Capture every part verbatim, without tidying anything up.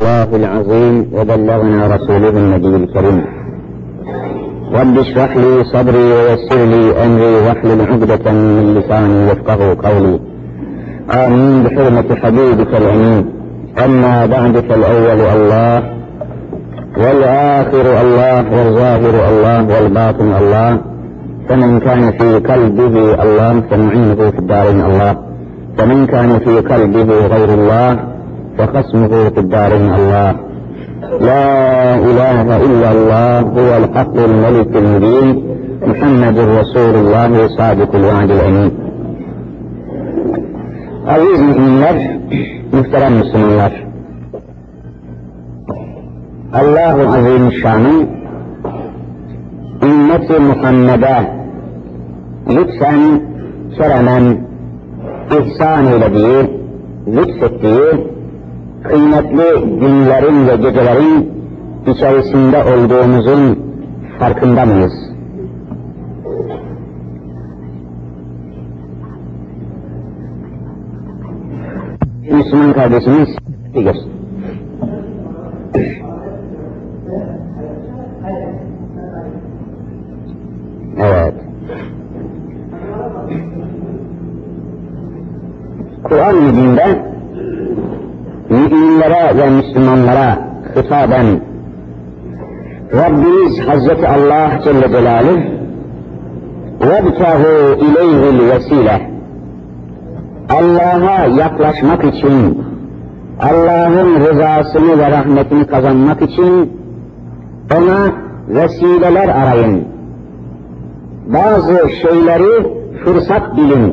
الله العظيم وبلغنا رسوله النبي الكريم. رب اشرح لي صدري ويسر لي أمري واحلل عقدة من لساني يفقهوا قولي. آمين بحرمة حبيبك الأمين. أما بعد فالأول الله والآخر الله والظاهر الله والباطن الله، فمن كان في قلبه الله فمعينه في الدارين الله، فمن كان في قلبه غير الله فخصمه في الدارين الله. لا إله إلا الله هو الحق الملك المبين، محمد رسول الله صادق الوعد الأمين. Aziz müminler, muhterem Müslümanlar, Allah-u Azimüşşan'ın ümmeti Muhammed'e lütfen, keremen, ihsan eylediği, lütfettiği kıymetli günlerin ve gecelerin içerisinde olduğumuzun farkında mıyız? Müslüman kardeşimiz bilir. Evet. Kur'an-ı Mübin'de müminlere ve Müslümanlara hitaben Rabbimiz Hazreti Allah Celle Celaluhu وَبْتَغُوا اِلَيْهِ الْوَسِيلَةِ Allah'a yaklaşmak için, Allah'ın rızasını ve rahmetini kazanmak için ona vesileler arayın. Bazı şeyleri fırsat bilin.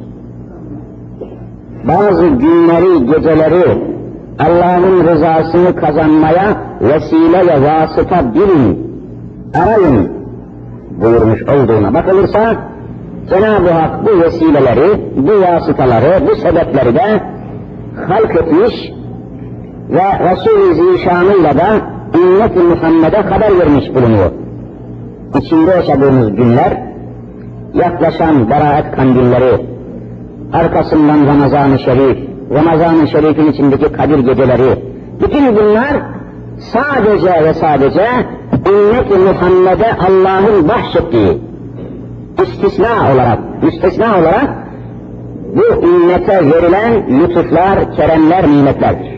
Bazı günleri, geceleri Allah'ın rızasını kazanmaya vesile ve vasıta bilin, arayın buyurmuş olduğuna bakılırsa, Cenab-ı Hak bu vesileleri, bu vasıtaları, bu sebepleri de halk etmiş ve Resul-i Zişan'ıyla da ümmet-i Muhammed'e haber vermiş bulunuyor. İçinde yaşadığımız günler, yaklaşan beraat kandilleri, arkasından Ramazan-ı Şerif, Ramazan-ı Şerif'in içindeki Kadir geceleri, bütün bunlar sadece ve sadece ümmet-i Muhammed'e Allah'ın bahşettiği, istisna olarak, müstesna olarak bu ümmete verilen lütuflar, keremler, nimetlerdir.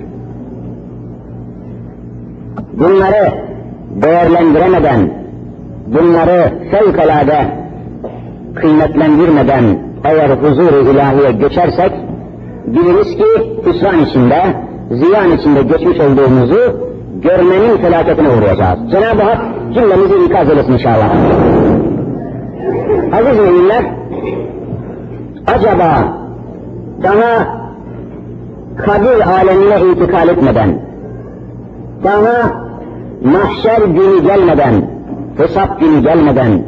Bunları değerlendiremeden, bunları fevkalade kıymetlendirmeden eğer huzur-u ilahiye geçersek, biliriz ki hüsran içinde, ziyan içinde geçmiş olduğumuzu görmenin felaketine uğrayacağız. Cenab-ı Hak cümlemizi ikaz eylesin inşallah. Aziz müminler, acaba daha kabir alemine intikal etmeden, daha mahşer günü gelmeden, hesap günü gelmeden,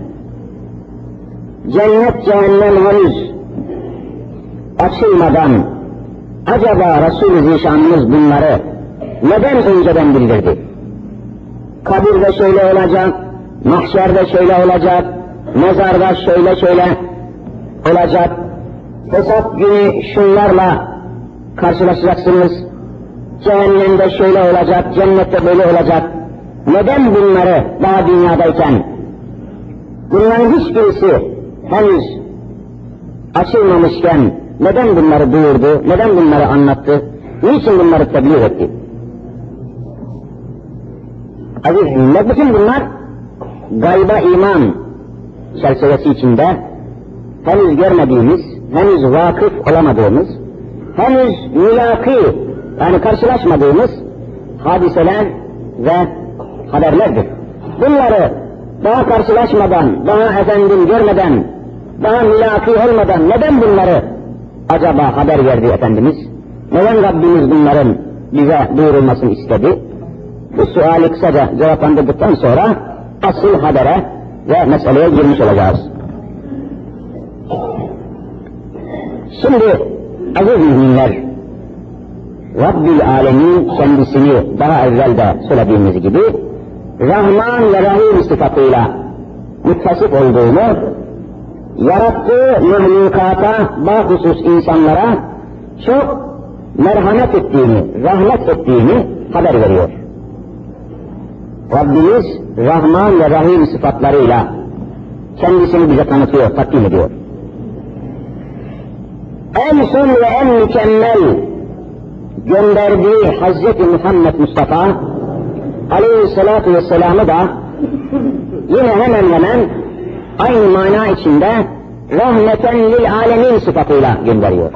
cennet cehennem henüz açılmadan, acaba Resul-i Zişanımız bunları neden önceden bildirdi? Kabirde şöyle olacak, mahşerde şöyle olacak, mezarda şöyle şöyle olacak, hesap günü şunlarla karşılaşacaksınız, cehennemde şöyle olacak, cennette böyle olacak. Neden bunları daha dünyadayken, bunların hiçbirisi henüz açılmamışken neden bunları duyurdu, neden bunları anlattı, niçin bunları tebliğ etti? Aziz müminler, bütün bunlar gayba iman çerçevesi içinde henüz görmediğimiz, henüz vakıf olamadığımız, henüz mülaki, yani karşılaşmadığımız hadiseler ve haberlerdir. Bunları daha karşılaşmadan, daha efendim görmeden, daha mülaki olmadan neden bunları acaba haber verdi Efendimiz? Neden Rabbimiz bunların bize duyurulmasını istedi? Bu suali kısaca cevaplandırdıktan sonra asıl habere ve meseleye girmiş olacağız. Şimdi aziz müminler, Rabbül Alemin kendisini daha evvel de söylediğimiz gibi Rahman ve Rahim sıfatıyla muttasıf olduğunu, yarattığı mahlukata, bahusus insanlara çok merhamet ettiğini, rahmet ettiğini haber veriyor. Rabbimiz Rahman ve Rahim sıfatlarıyla kendisini bize tanıtıyor, takdim ediyor. En son ve en mükemmel gönderdiği Hazreti Muhammed Mustafa Aleyhisselatü Vesselam'ı da yine hemen hemen aynı mana içinde rahmeten lil alemin sıfatıyla gönderiyor.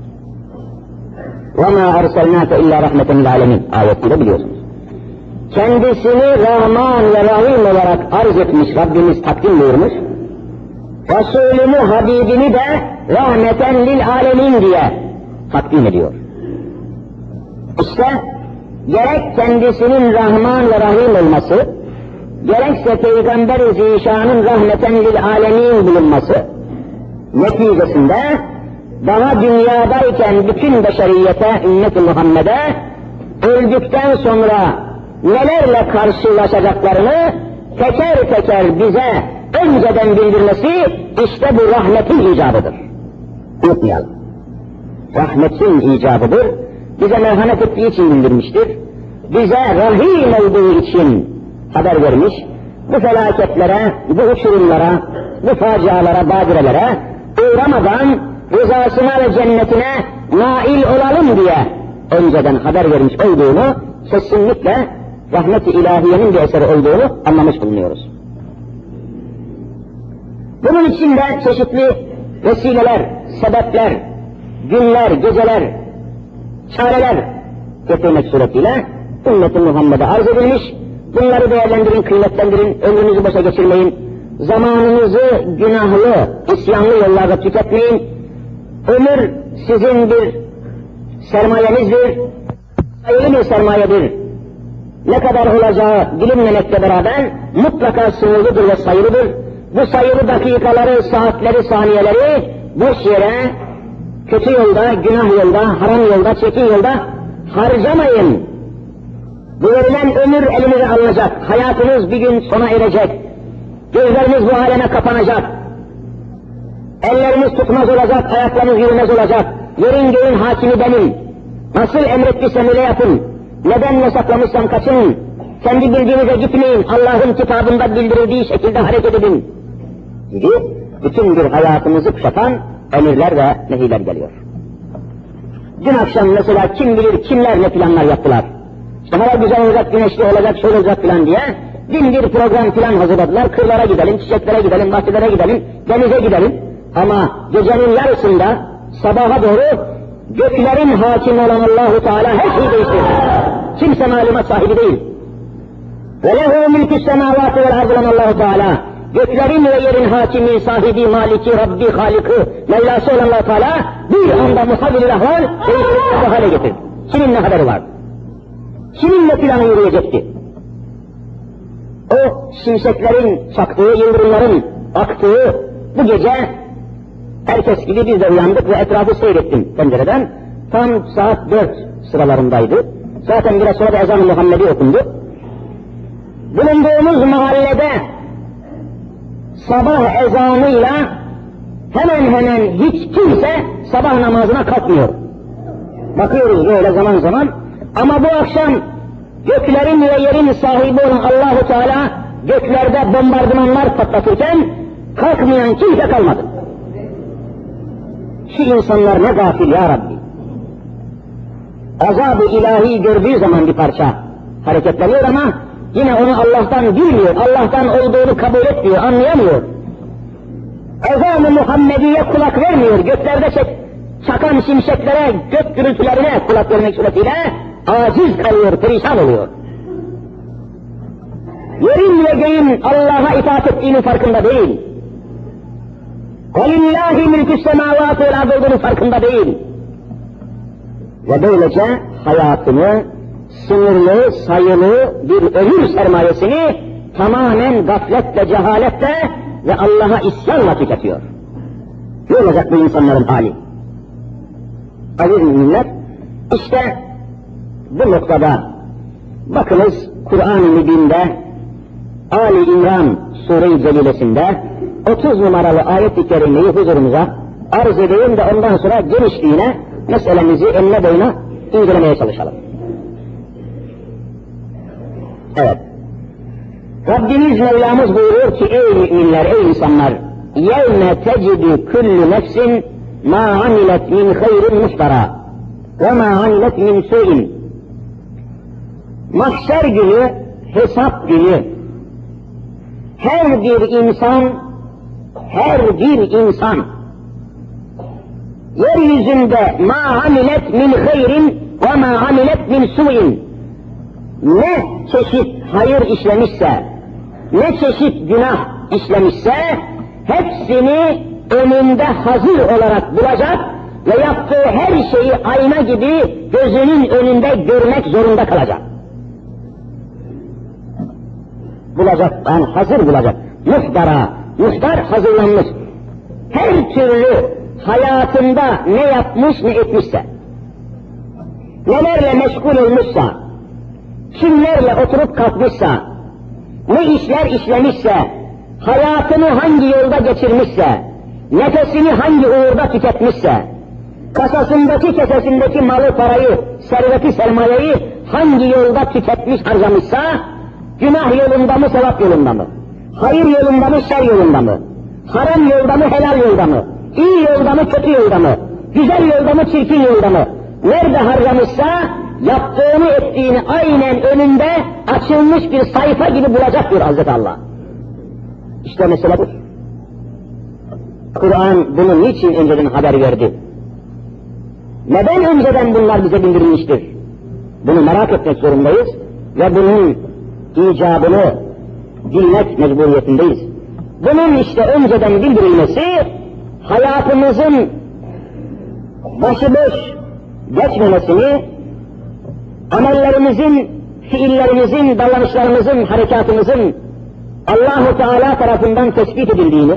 وَمَا اَرْسَلْنَاكَ اِلَّا رَحْمَةً لِلْعَالَمِينَ ayetiyle biliyorsunuz. Kendisini Rahman ve Rahim olarak arz etmiş Rabbimiz takdim buyurmuş. Resulünü, Habibini de rahmeten lil alemin diye takdim ediyor. İşte gerek kendisinin Rahman ve Rahim olması, gerekse Peygamber-i Zişan'ın rahmeten lil alemin bulunması neticesinde daha dünyadayken bütün beşeriyete, ümmet-i Muhammed'e öldükten sonra nelerle karşılaşacaklarını teker teker bize önceden bildirmesi işte bu rahmetin icabıdır. Unutmayalım. Rahmetin icabıdır. Bize merhamet ettiği için bildirmiştir. Bize rahim olduğu için haber vermiş. Bu felaketlere, bu uçurumlara, bu facialara, badirelere uğramadan rızasına ve cennetine nail olalım diye önceden haber vermiş olduğunu, kesinlikle rahmet-i ilahiyenin bir eseri olduğunu anlamış bulunuyoruz. Bunun için de çeşitli vesileler, sebepler, günler, geceler, çareler getirmek suretiyle ümmet-i Muhammed'e arz edilmiş. Bunları değerlendirin, kıymetlendirin, ömrünüzü boşa geçirmeyin. Zamanınızı günahlı, isyanlı yollarda tüketmeyin. Ömür sizin bir sermayenizdir, sayılı bir sermayedir. Ne kadar olacağı bilinmemekle beraber mutlaka sınırlıdır ve sayılıdır. Bu sayılı dakikaları, saatleri, saniyeleri boş yere, kötü yolda, günah yolda, haram yolda, çirkin yolda harcamayın. Bu verilen ömür elinize alınacak. Hayatınız bir gün sona erecek. Gözleriniz bu aleme kapanacak. Elleriniz tutmaz olacak, ayaklarınız yürümez olacak. Yerin göğün hakimi benim. Nasıl emrettiysem öyle yapın. Neden yasaklamışsam kaçının. Kendi bildiğinize gitmeyin. Allah'ın kitabında bildirildiği şekilde hareket edin. Gibi bütün bir hayatımızı kuşatan emirler ve nehirler geliyor. Dün akşam mesela kim bilir kimler ne planlar yaptılar. İşte hava güzel olacak, güneşli olacak, şöyle olacak filan diye bin bir program filan hazırladılar. Kırlara gidelim, çiçeklere gidelim, bahçelere gidelim, denize gidelim. Ama gecenin yarısında sabaha doğru göklerin hakimi olan Allah-u Teala her şeyi değiştirdi. Kimse malumat sahibi değil. Ve lehu mülkü semavati vel ardı Allah-u Teala. Göklerin ve yerin hakimi, sahibi, maliki, Rabbi, Halikı, Mevlası olan Allah-u Teala bir anda muhabir-i ahval değiştirip bu hale getirdi. Kimin ne haberi vardı? Kimin ne planı yürüyecekti? O şimşeklerin çaktığı, yıldırımların aktığı bu gece herkes gibi biz de uyandık ve etrafı seyrettim pencereden. Tam saat dört sıralarındaydı. Zaten biraz sonra da ezan-ı Muhammedi okundu. Bulunduğumuz mahallede sabah ezanıyla hemen hemen hiç kimse sabah namazına kalkmıyor. Bakıyoruz böyle zaman zaman. Ama bu akşam göklerin ve yerin sahibi olan Allah-u Teala göklerde bombardımanlar patlatırken kalkmayan kimse kalmadı. Şu insanlar ne gafil ya Rabbi. Azab-ı ilahi gördüğü zaman bir parça hareketleniyor ama yine onu Allah'tan bilmiyor, Allah'tan olduğunu kabul etmiyor, anlayamıyor. Ezan-ı Muhammediye kulak vermiyor, göklerde çek, çakan şimşeklere, gök gürültülerine kulak vermek suretiyle aciz kalıyor, perişan oluyor. Yerin ve göğün Allah'a itaat ettiğinin farkında değil. وَلِلَّهِ مِلْكُ السَّمَاوَاتِ وَالْاَرْضِ olduğunun farkında değil. Ve böylece hayatını, sınırlı, sayılı bir ömür sermayesini tamamen gafletle, cehaletle ve Allah'a isyanla tüketiyor. Ne olacak bu insanların hali? Aziz müminler, işte bu noktada bakınız Kur'an-ı Mübin'de Ali İmran Sure-i Celilesinde otuz numaralı ayet-i kerimeyi huzurumuza arz edeyim de ondan sonra genişliğine meselemizi enine boyuna incelemeye çalışalım. Evet. Rabbimiz Mevlamız buyuruyor ki ey müminler, ey insanlar, يَوْمَ تَجِدُ كُلُّ نَفْسٍ مَا عَمِلَتْ مِنْ خَيْرٍ مُحْضَرًا وَمَا عَمِلَتْ مِنْ سُوءٍ. Mahşer günü, hesap günü, her bir insan, her bir insan, yeryüzünde مَا عَمِلَتْ مِنْ خَيْرٍ وَمَا عَمِلَتْ مِنْ سُوءٍ ne çeşit hayır işlemişse, ne çeşit günah işlemişse, hepsini önünde hazır olarak bulacak ve yaptığı her şeyi ayna gibi gözünün önünde görmek zorunda kalacak. Bulacak, yani hazır bulacak. Muhtara, muhtar hazırlanmış. Her türlü hayatında ne yapmış ne etmişse, nelerle meşgul olmuşsa, kimlerle oturup kalkmışsa, ne işler işlemişse, hayatını hangi yolda geçirmişse, nefesini hangi uğurda tüketmişse, kasasındaki kesesindeki malı parayı, serveti sermayeyi hangi yolda tüketmiş harcamışsa, günah yolunda mı, sevap yolunda mı, hayır yolunda mı, şer yolunda mı, haram yolda mı, helal yolda mı, iyi yolda mı, kötü yolda mı, güzel yolda mı, çirkin yolda mı, nerede harcamışsa, yaptığını ettiğini aynen önünde açılmış bir sayfa gibi bulacak diyor Hazreti Allah. İşte mesele bu. Kur'an bunu niçin önceden haber verdi? Neden önceden bunlar bize bildirilmiştir? Bunu merak etmek zorundayız ve bunun icabını bilmek mecburiyetindeyiz. Bunun işte önceden bildirilmesi, hayatımızın başıboş geçmemesini, amellerimizin, fiillerimizin, davranışlarımızın, harekatımızın Allah-u Teala tarafından tespit edildiğini,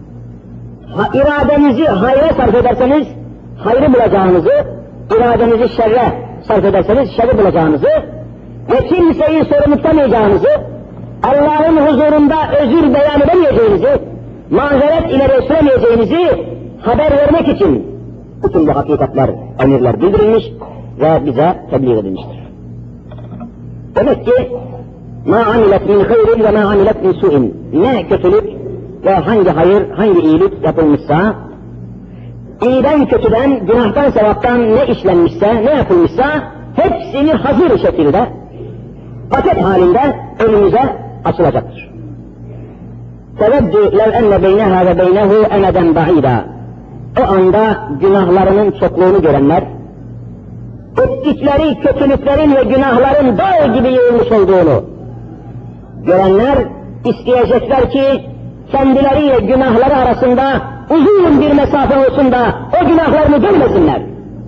ha, iradenizi hayra sarf ederseniz hayrı bulacağınızı, iradenizi şerre sarf ederseniz şerri bulacağınızı ve kimseyi sorumlu tutamayacağınızı, Allah'ın huzurunda özür beyan edemeyeceğinizi, mazeret ileri süremeyeceğinizi haber vermek için bütün bu hakikatler, emirler bildirilmiş ve bize tebliğ edilmiştir. Demek ki مَا عَمِلَتْ مِنْ خَيْرٍ وَمَا عَمِلَتْ مِنْ سُوءٍ ne kötülük ve hangi hayır, hangi iyilik yapılmışsa, iyiden kötüden, günahtan sevaptan ne işlenmişse, ne yapılmışsa, hepsini hazır şekilde, paket halinde önümüze açılacaktır. تَوَدُّ لَوْ اَنَّ بَيْنَهَا وَبَيْنَهُ اَمَدًا بَعِيدًا. O anda günahlarının çokluğunu görenler, ettikleri kötülüklerin ve günahların dağ gibi yığılmış olduğunu görenler isteyecekler ki kendileriyle günahları arasında uzun bir mesafe olsun da o günahlarını görmesinler.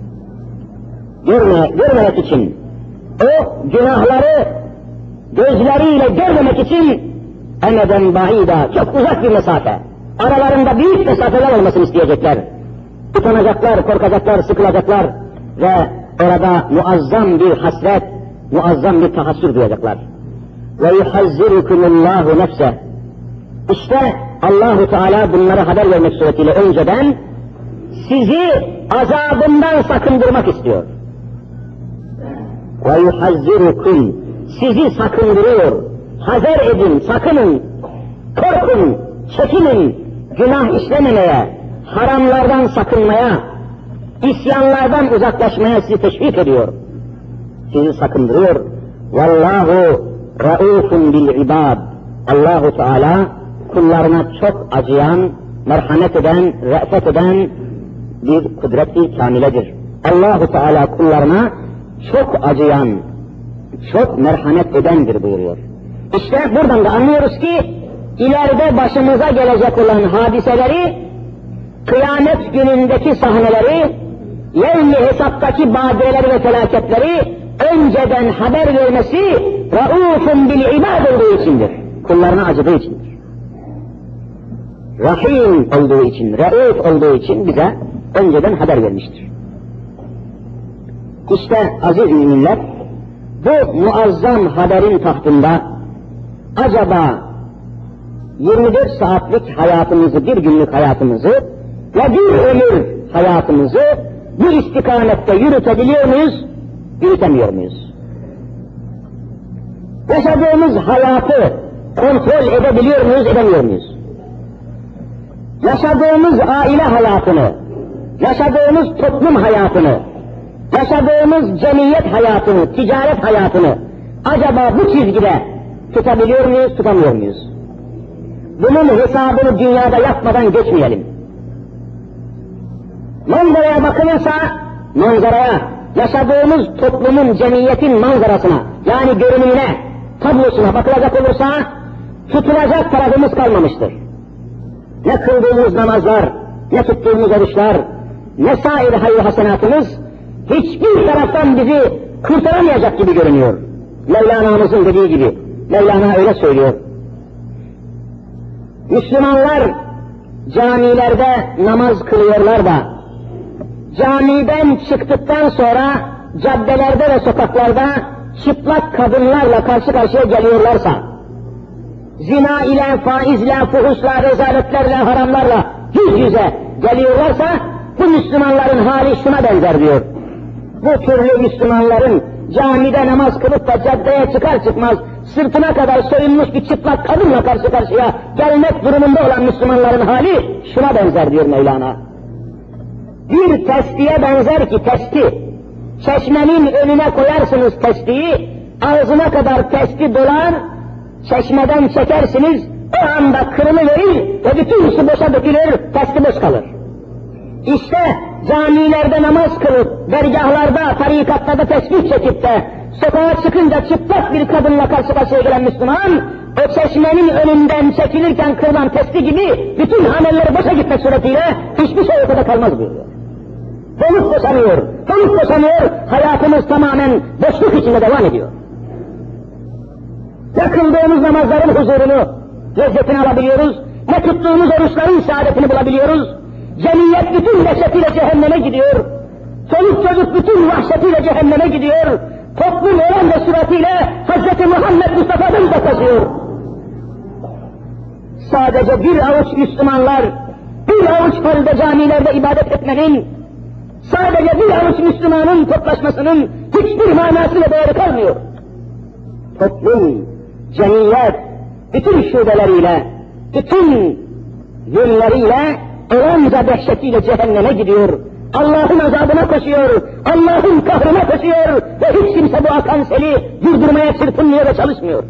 Görme, görmemek için, o günahları gözleriyle görmemek için emeden baida, çok uzak bir mesafe, aralarında büyük mesafeler olmasını isteyecekler. Utanacaklar, korkacaklar, sıkılacaklar ve orada muazzam bir hasret, muazzam bir tahassür duyacaklar. Ve yuhazzirukumullahu nefse. İşte Allahu Teala bunları haber vermek suretiyle önceden sizi azabından sakındırmak istiyor. Ve yuhazzirukum, sizi sakındırıyor. Hazer edin, sakının, korkun, çekinin, günah işlememeye, haramlardan sakınmaya, isyanlardan uzaklaşmaya sizi teşvik ediyor. Sizi sakındırıyor. Vallahu raufun bil ibad. Allahu Teala kullarına çok acıyan, merhamet eden, re'fet eden bir kudret-i kamiledir. Allahu Teala kullarına çok acıyan, çok merhamet edendir buyuruyor. İşte buradan da anlıyoruz ki ileride başımıza gelecek olan hadiseleri, kıyamet günündeki sahneleri, yevmi hesaptaki badireleri ve felaketleri önceden haber vermesi raufun bil ibad olduğu içindir. Kullarına acıdığı içindir. Rahim olduğu için, rauf olduğu için bize önceden haber vermiştir. İşte aziz müminler, bu muazzam haberin tahtında acaba yirmi dört saatlik hayatımızı, bir günlük hayatımızı ve bir ömür hayatımızı bu istikamette yürütebiliyor muyuz, yürütemiyor muyuz? Yaşadığımız hayatı kontrol edebiliyor muyuz, edemiyor muyuz? Yaşadığımız aile hayatını, yaşadığımız toplum hayatını, yaşadığımız cemiyet hayatını, ticaret hayatını acaba bu çizgide tutabiliyor muyuz, tutamıyor muyuz? Bunun hesabını dünyada yapmadan geçmeyelim. Manzaraya bakılırsa, manzaraya, yaşadığımız toplumun, cemiyetin manzarasına, yani görünümüne, tablosuna bakılacak olursa, tutulacak tarafımız kalmamıştır. Ne kıldığımız namazlar, ne tuttuğumuz oruçlar, ne sair hayır hasenatımız, hiçbir taraftan bizi kurtaramayacak gibi görünüyor. Mevlana'mızın dediği gibi, Mevlana öyle söylüyor. Müslümanlar camilerde namaz kılıyorlar da, camiden çıktıktan sonra caddelerde ve sokaklarda çıplak kadınlarla karşı karşıya geliyorlarsa, zina ile, faizle, fuhuşla, rezaletlerle, haramlarla yüz yüze geliyorlarsa, bu Müslümanların hali şuna benzer diyor. Bu türlü Müslümanların camide namaz kılıp da caddeye çıkar çıkmaz sırtına kadar soyunmuş bir çıplak kadınla karşı karşıya gelmek durumunda olan Müslümanların hali şuna benzer diyor Mevlana. Bir testiye benzer ki testi, çeşmenin önüne koyarsınız testiyi, ağzına kadar testi dolar, çeşmeden çekersiniz, o anda kırılıverir ve bütün su boşa dökülür, testi boş kalır. İşte camilerde namaz kılıp, dergahlarda, tarikatlarda tesbih çekip de, sokağa çıkınca çıplak bir kadınla karşı karşıya gelen Müslüman, o çeşmenin önünden çekilirken kırılan testi gibi, bütün amelleri boşa gitmek suretiyle, hiçbir şey ortada kalmaz buyuruyor. Donuk boşanıyor, donuk boşanıyor, hayatımız tamamen boşluk içinde devam ediyor. Ne kıldığımız namazların huzurunu, lezzetini alabiliyoruz, ne tuttuğumuz oruçların saadetini bulabiliyoruz, cemiyet bütün dehşetiyle cehenneme gidiyor, çoluk çocuk bütün vahşetiyle cehenneme gidiyor, toplum olan ve suretiyle Hz. Muhammed Mustafa'dan uzaklaşıyor. Sadece bir avuç Müslümanlar, bir avuç halde camilerde ibadet etmenin, sadece bir avuç Müslümanın toplaşmasının hiçbir manası ve değeri kalmıyor. Toplum, cemiyet, bütün şubeleriyle, bütün yönleriyle, olanca dehşetiyle cehenneme gidiyor. Allah'ın azabına koşuyor, Allah'ın kahrına koşuyor ve hiç kimse bu akan seli durdurmaya çırpınmıyor ve çalışmıyor.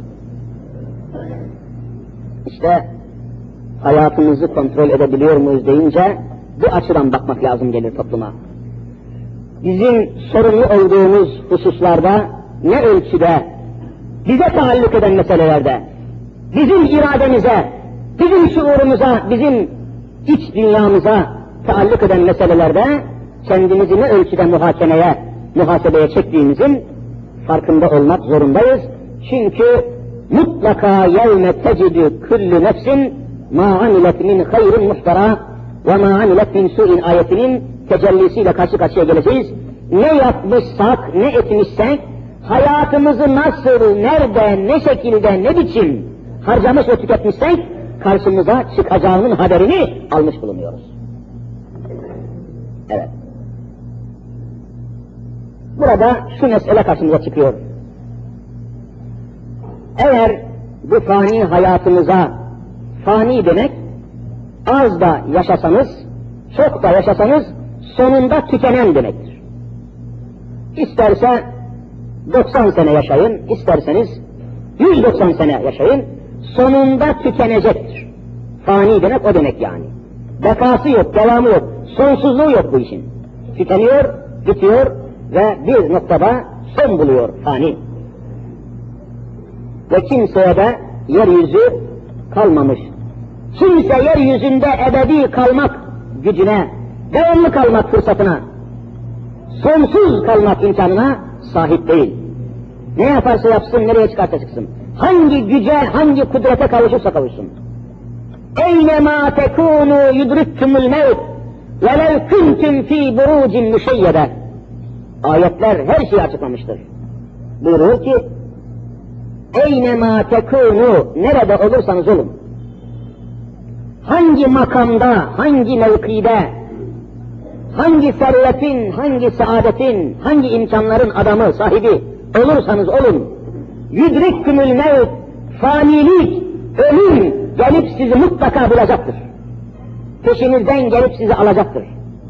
İşte hayatımızı kontrol edebiliyor muyuz deyince bu açıdan bakmak lazım gelir topluma. Bizim sorumlu olduğumuz hususlarda ne ölçüde, bize taalluk eden meselelerde, bizim irademize, bizim şuurumuza, bizim iç dünyamıza taalluk eden meselelerde kendimizi ne ölçüde muhakemeye, muhasebeye çektiğimizin farkında olmak zorundayız. Çünkü mutlaka yevme tecidü küllü nefsin ma amilet min hayrin muhtara ve ma amilet min su'in ayetinin tecellisiyle karşı karşıya geleceğiz. Ne yapmışsak, ne etmişsek, hayatımızı nasıl, nerede, ne şekilde, ne biçim harcamış ve tüketmişsek, karşımıza çıkacağının haberini almış bulunuyoruz. Evet. Burada şu mesele karşımıza çıkıyor. Eğer bu fani hayatımıza, fani demek, az da yaşasanız, çok da yaşasanız, sonunda tükenen demektir. İsterse doksan sene yaşayın, isterseniz yüz doksan sene yaşayın, sonunda tükenecektir. Fani demek o demek yani. Bekası yok, devamı yok, sonsuzluğu yok bu işin. Tükeniyor, bitiyor ve bir noktada son buluyor fani. Ve kimseye de yeryüzü kalmamış. Kimse yeryüzünde ebedi kalmak gücüne, devamlı kalmak fırsatına, sonsuz kalmak imkanına sahip değil. Ne yaparsa yapsın, nereye çıkarsa çıksın. Hangi güce, hangi kudrete kavuşursa kavuşsun. اَيْنَمَا تَكُونُوا يُدْرِكْتُمُ الْمَوْتِ وَلَوْ كُنْتُمْ ف۪ي بُرُوجٍ مُشَيَّدَةٍ. Ayetler her şeyi açıklamıştır. Buyuruyor ki, اَيْنَمَا تَكُونُوا, nerede olursanız olun, hangi makamda, hangi mevkide, hangi servetin, hangi saadetin, hangi imkanların adamı, sahibi olursanız olun, yudrikkümül mevt, fanilik, ölüm gelip sizi mutlaka bulacaktır. Peşinizden gelip sizi alacaktır.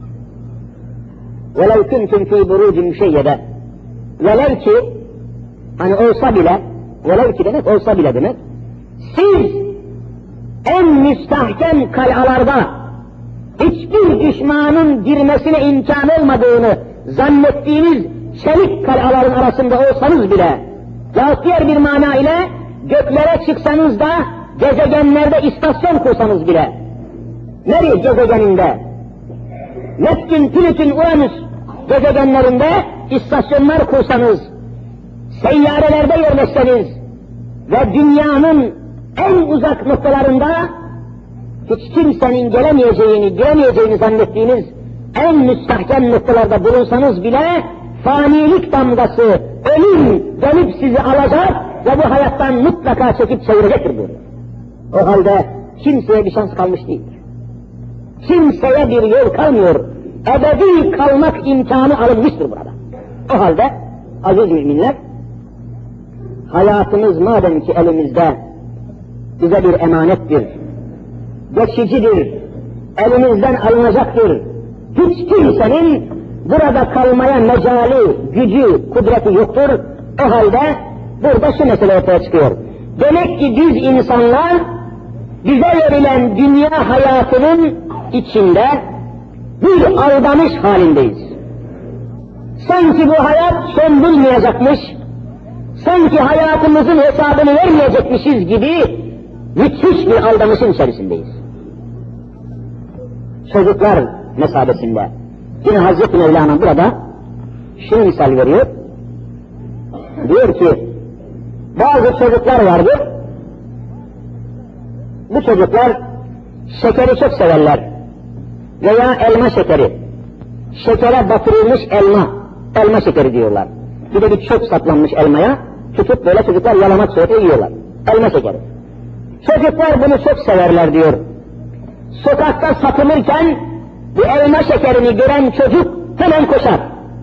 وَلَوْ كُنْتُمْ ف۪ي بُرُوجٍ مُشَيَّدَ Velev ki, hani olsa bile, velev ki demek olsa bile demek, siz en müstahkem kal'alarda hiçbir düşmanın girmesine imkan olmadığını zannettiğiniz çelik kal'aların arasında olsanız bile, yahut diğer bir mana ile göklere çıksanız da gezegenlerde istasyon kursanız bile, Meriç gezegeninde, Neptün, Plütün, Uranüs gezegenlerinde istasyonlar kursanız, seyyarelerde yerleşseniz ve dünyanın en uzak noktalarında hiç kimsenin gelemeyeceğini, giremeyeceğini zannettiğiniz en müstahkem noktalarda bulunsanız bile fanilik damgası, ölüm gelip sizi alacak ve bu hayattan mutlaka çekip çevirecektir buyuruyor. O halde kimseye bir şans kalmış değildir. Kimseye bir yol kalmıyor. Ebedi kalmak imkanı alınmıştır burada. O halde aziz müminler, hayatımız madem ki elimizde bize bir emanettir, geçicidir, elimizden alınacaktır. Hiç kimsenin burada kalmaya mecali, gücü, kudreti yoktur. O halde burada şu mesele ortaya çıkıyor. Demek ki biz insanlar bize verilen dünya hayatının içinde bir aldanış halindeyiz. Sanki bu hayat son bulmayacakmış, sanki hayatımızın hesabını vermeyecekmişiz gibi müthiş bir aldanışın içerisindeyiz. Çocuklar mesabesinde, yine Hazreti Mevlana burada şu misal veriyor. Diyor ki, bazı çocuklar vardır, bu çocuklar şekeri çok severler veya elma şekeri, şekere batırılmış elma, elma şekeri diyorlar. Bir de bir çöp saplanmış elmaya, tutup böyle çocuklar yalamak suretiyle yiyorlar. Elma şekeri. Çocuklar bunu çok severler diyor. Sokakta satılırken bu elma şekerini gören çocuk hemen koşar.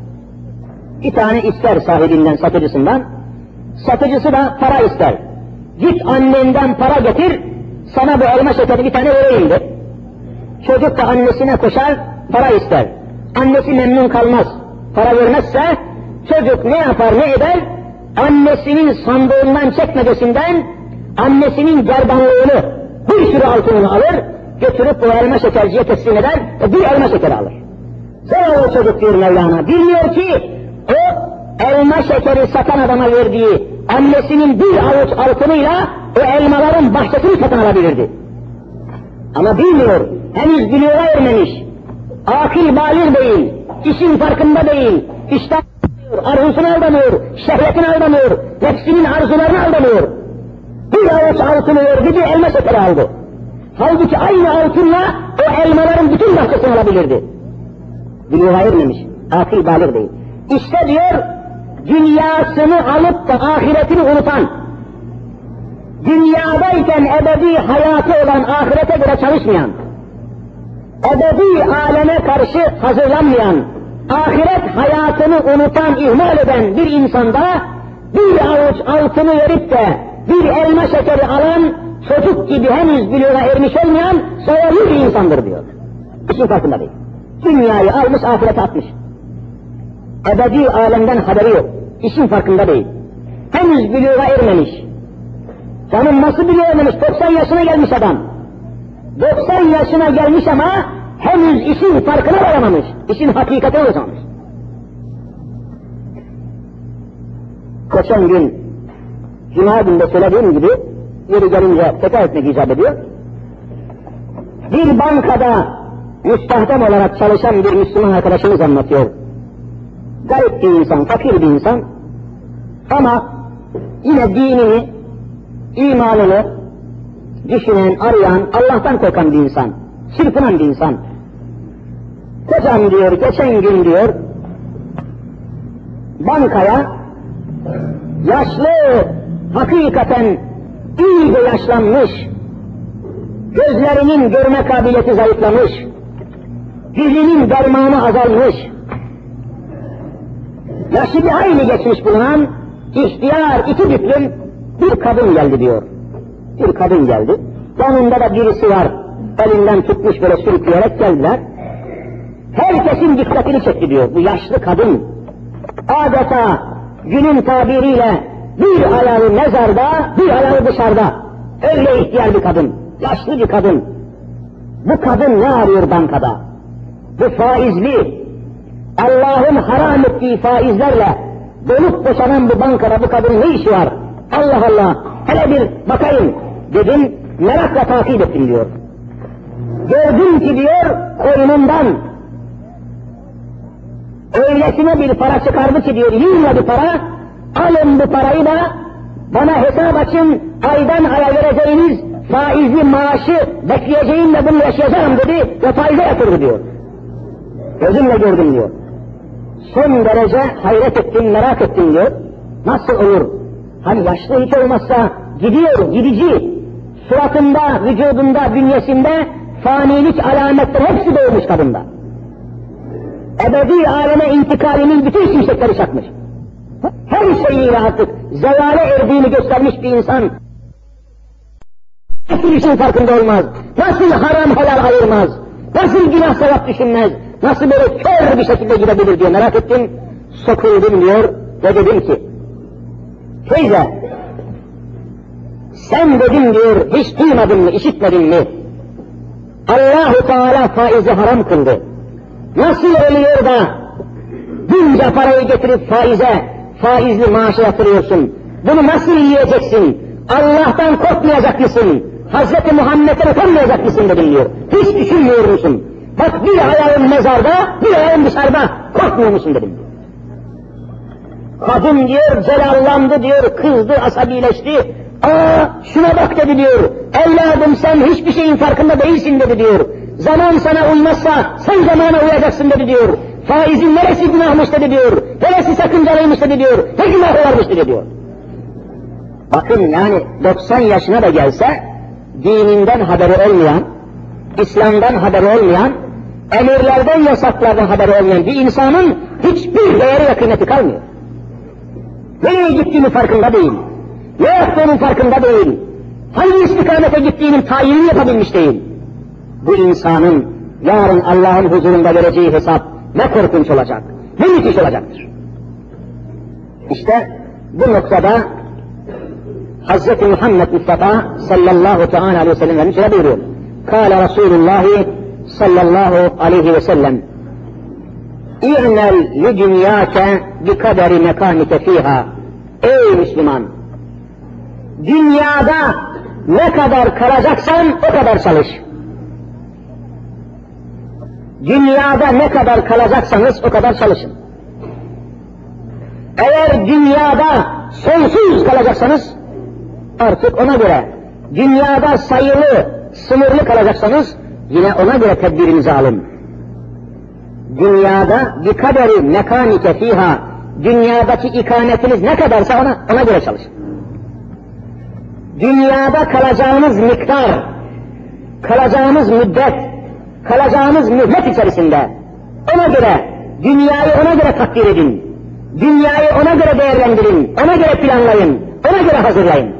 Bir tane ister sahibinden, satıcısından, satıcısı da para ister. Git annenden para getir, sana bu elma şekeri bir tane vereyim de. Çocuk da annesine koşar, para ister. Annesi memnun kalmaz. Para vermezse çocuk ne yapar ne eder? Annesinin sandığından, çekmecesinden annesinin gerdanlığını, bir sürü altınını alır, götürüp bu elma şekerciye teslim eder ve bir elma şekeri alır. Zavallı çocuk diyor Mevlana, bilmiyor ki o elma şekeri satan adama verdiği annesinin bir avuç altınıyla o elmaların bahçesini satın alabilirdi. Ama bilmiyor, henüz biliyor'a ermemiş, akıl balir değil, işin farkında değil, işten aldanıyor, arzusunu aldamıyor, şehvetini aldamıyor, nefsinin arzularını aldamıyor. Bir avuç altını verdi, bir elma şekeri aldı. Halbuki aynı altınla o elmaların bütün bahçesini alabilirdi. Biliyor'a ermemiş, akıl balir değil. İşte diyor, dünyasını alıp da ahiretini unutan, dünyadayken ebedi hayatı olan ahirete göre çalışmayan, ebedi aleme karşı hazırlanmayan, ahiret hayatını unutan, ihmal eden bir insanda bir avuç altını verip de bir elma şekeri alan, çocuk gibi henüz biliyor'a ermiş olmayan zavallı bir insandır diyor. İşin farkında değil. Dünyayı almış, ahirete atmış. Ebedi alemden haberi yok. İşin farkında değil. Henüz biliyor'a ermemiş. Canım nasıl biliyor ermemiş? doksan yaşına gelmiş adam. doksan yaşına gelmiş ama henüz işin farkına varamamış. İşin hakikatine ulaşamamış. Geçen gün Cuma günde söylediğim gibi yeri gelince tekrar etmek icap ediyor. Bir bankada müstahdem olarak çalışan bir Müslüman arkadaşımız anlatıyor. Garip bir insan, fakir bir insan ama yine dinini, imanını düşünen, arayan, Allah'tan korkan bir insan, çırpınan bir insan. Hocam diyor, geçen gün diyor, bankaya yaşlı, hakikaten iyice yaşlanmış, gözlerinin görme kabiliyeti zayıflamış, dizinin dermanı azalmış, yaşı bir hayli geçmiş bulunan ihtiyar iki büklüm bir kadın geldi diyor. Bir kadın geldi. Yanında da birisi var. Elinden tutmuş böyle sürükleyerek geldiler. Herkesin dikkatini çekti diyor. Bu yaşlı kadın adeta günün tabiriyle bir ayağı mezarda, bir ayağı dışarıda. Öyle ihtiyar bir kadın, yaşlı bir kadın. Bu kadın ne arıyor bankada? Bu faizli, Allah'ın haram ettiği faizlerle dolup boşanan bu bankada bu kadının ne işi var? Allah Allah, hele bir bakayım dedim, merakla takip ettim diyor. Gördüm ki diyor, koynundan öylesine bir para çıkardı ki diyor, yığınla bir para, alın bu parayı da bana hesap açın, aydan aya vereceğiniz faizli maaşı bekleyeceğimle bunu yaşayacağım dedi ve faize yatırdı diyor. Gözümle gördüm diyor. Son derece hayret ettim, merak ettim diyor. Nasıl olur? Hani yaşlı hiç olmazsa gidiyor, gidici. Suratında, vücudunda, bünyesinde fanilik alametleri hepsi doğmuş kadında. Ebedi aleme intikalinin bütün şimşekleri çakmış. Her şeyiyle artık zevale erdiğini göstermiş bir insan nasıl işin farkında olmaz, nasıl haram helal ayırmaz, nasıl günah sevap düşünmez, nasıl böyle kör bir şekilde gidebilir diye merak ettim, sokuldum diyor ve dedim ki, teyze, sen dedim diyor, hiç duymadın mı, işitmedin mi? Allah-u Teala faizi haram kıldı. Nasıl oluyor da bunca parayı getirip faize, faizli maaşa yatırıyorsun? Bunu nasıl yiyeceksin? Allah'tan korkmayacak mısın? Hazreti Muhammed'e utanmayacak mısın dedim diyor. Hiç düşünmüyor musun? Bak bir ayağın mezarda, bir ayağın dışarıda, korkmuyor musun dedim diyor. Kadın diyor, celallandı diyor, kızdı, asabileşti. Aa, şuna bak dedi diyor, evladım sen hiçbir şeyin farkında değilsin dedi diyor. Zaman sana uymazsa sen zamana uyacaksın dedi diyor. Faizin neresi günahmış dedi diyor, neresi sakıncalıymış dedi diyor, ne günahı varmış dedi diyor. Bakın yani doksan yaşına da gelse, dininden haberi olmayan, İslam'dan haberi olmayan, emirlerden, yasaklardan haberi olmayan bir insanın hiçbir değeri ve kıymeti kalmıyor. Nereye gittiğini farkında değil, ne yaptığının farkında değil, hangi istikamete gittiğinin tayinini yapabilmiş değil. Bu insanın yarın Allah'ın huzurunda vereceği hesap ne korkunç olacak, ne müthiş olacaktır. İşte bu noktada Hazreti Muhammed Mustafa sallallahu teala aleyhi ve sellem şöyle buyuruyor. Kâle Resulullah sallallahu aleyhi ve sellem İ'nel li dünyâke bi kaderi mekânike fîhâ. Ey Müslüman! Dünyada ne kadar kalacaksan o kadar çalış. Dünyada ne kadar kalacaksanız o kadar çalışın. Eğer dünyada sonsuz kalacaksanız artık ona göre, dünyada sayılı, sınırlı kalacaksanız yine ona göre tedbirinizi alın. Dünyada bir kaderi mekanike fiha, dünyadaki ikametiniz ne kadarsa ona, ona göre çalışın. Dünyada kalacağınız miktar, kalacağınız müddet, kalacağınız mühlet içerisinde ona göre, dünyayı ona göre takdir edin. Dünyayı ona göre değerlendirin, ona göre planlayın, ona göre hazırlayın.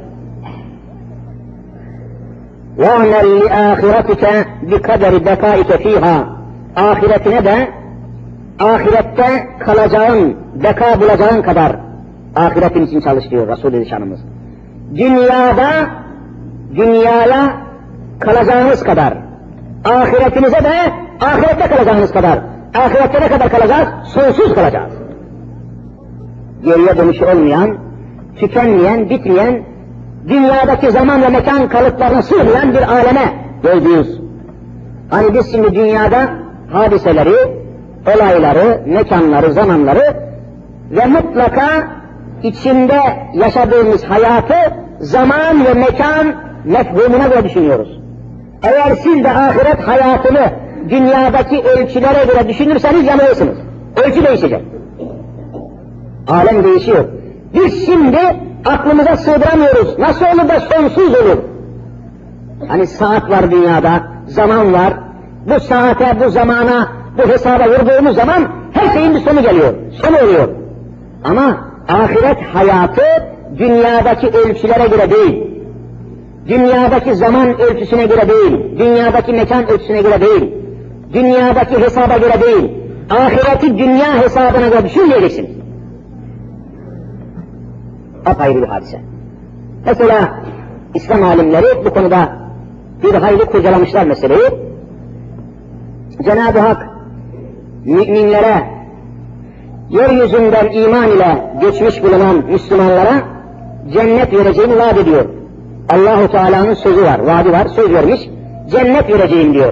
وَعْمَلْ لِآخِرَتِكَ بِقَدَرِ بَقَائِكَ ف۪يهَا. Ahiretine de, ahirette kalacağın, beka bulacağın kadar ahiretin için çalış diyor Resul-i Zişanımız. Dünyada, dünyaya kalacağınız kadar, ahiretinize de ahirette kalacağınız kadar. Ahirette ne kadar kalacağız? Sonsuz kalacağız. Geriye dönüşü olmayan, tükenmeyen, bitmeyen, dünyadaki zaman ve mekan kalıplarına sığmayan bir aleme yolcuyuz. Hani biz şimdi dünyada hadiseleri, olayları, mekanları, zamanları ve mutlaka içinde yaşadığımız hayatı zaman ve mekan mefhumuna göre düşünüyoruz. Eğer siz de ahiret hayatını dünyadaki ölçülere göre düşünürseniz yanılırsınız. Ölçü değişecek. Alem değişiyor. Biz şimdi aklımıza sığdıramıyoruz. Nasıl olur da sonsuz olur? Hani saat var dünyada, zaman var. Bu saate, bu zamana Bu hesaba vurduğumuz zaman her şeyin bir sonu geliyor, sonu oluyor. Ama ahiret hayatı dünyadaki ölçülere göre değil, dünyadaki zaman ölçüsüne göre değil, dünyadaki mekan ölçüsüne göre değil, dünyadaki hesaba göre değil, ahireti dünya hesabına göre düşünmeyeceksiniz. Apayrı bir hadise. Mesela İslam alimleri bu konuda bir hayli kurcalamışlar meseleyi. Cenab-ı Hak müminlere, yeryüzünden iman ile göçmüş bulunan Müslümanlara cennet vereceğini vaat ediyor. Allahu Teala'nın sözü var, vaadi var, söz vermiş, cennet vereceğim diyor.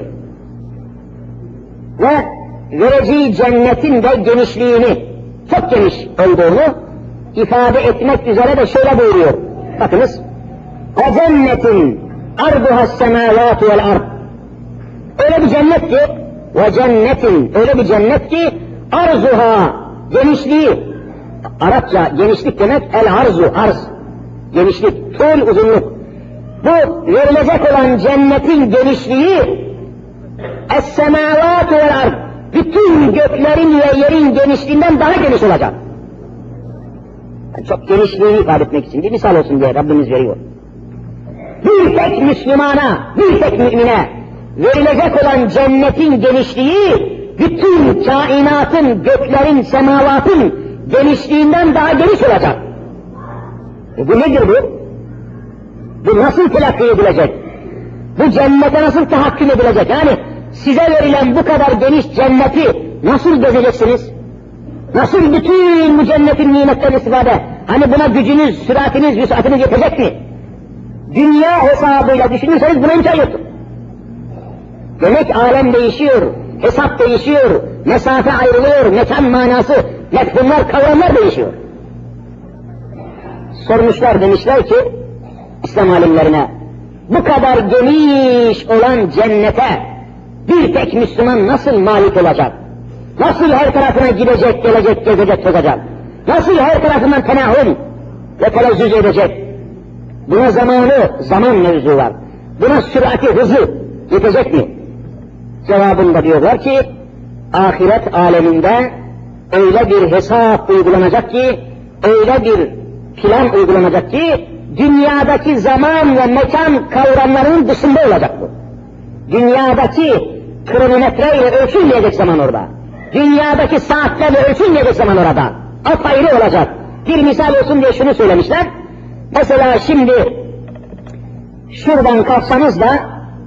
Ve vereceği cennetin de genişliğini, çok geniş olduğunu ifade etmek üzere de şöyle buyuruyor. Bakınız, وَجَنَّةٍ عَرْضُهَا السَّمَاوَاتُ وَالْأَرْضِ Öyle bir cennet ki, وَجَنَّةٍ öyle bir cennet ki, arzuha, genişliği, Arapça genişlik demek, el-arzu, arz, genişlik, tul, uzunluk. Bu verilecek olan cennetin genişliği, es-semâvâtu vel-ard, bütün göklerin ve yerin genişliğinden daha geniş olacak. Yani çok genişliğini ifade etmek için bir misal olsun diye Rabbimiz veriyor. Bir tek Müslümana, bir tek mümine verilecek olan cennetin genişliği, bütün kainatın, göklerin, semavatın genişliğinden daha geniş olacak. E bu nedir bu? Bu nasıl telakki edilecek? Bu cennete nasıl tahakküm edilecek? Yani size verilen bu kadar geniş cenneti nasıl gezeceksiniz? Nasıl bütün bu cennetin nimetlerini istifade? Hani buna gücünüz, süratiniz, vüsatiniz yetecek mi? Dünya hesabıyla düşünürseniz buna imkan yoktur. Demek alem değişiyor, hesap değişiyor, mesafe ayrılıyor, mekan manası, mefhumlar, kavramlar değişiyor. Sormuşlar, demişler ki İslam alimlerine, bu kadar geniş olan cennete bir tek Müslüman nasıl malik olacak? Nasıl her tarafına gidecek, gelecek, gezecek, tozacak? Nasıl her tarafından tenahüm ve telezzüz edecek? Buna zamanı, zaman mevzu var. Buna sürati, hızı yetecek mi? Cevabında diyorlar ki, ahiret aleminde öyle bir hesap uygulanacak ki, öyle bir plan uygulanacak ki, dünyadaki zaman ve mekan kavramlarının dışında olacak bu. Dünyadaki kronometreyle ölçülmeyecek zaman orada. Dünyadaki saatlerle ölçülmeyecek zaman orada. Apayrı olacak. Bir misal olsun diye şunu söylemişler. Mesela şimdi şuradan kalksanız da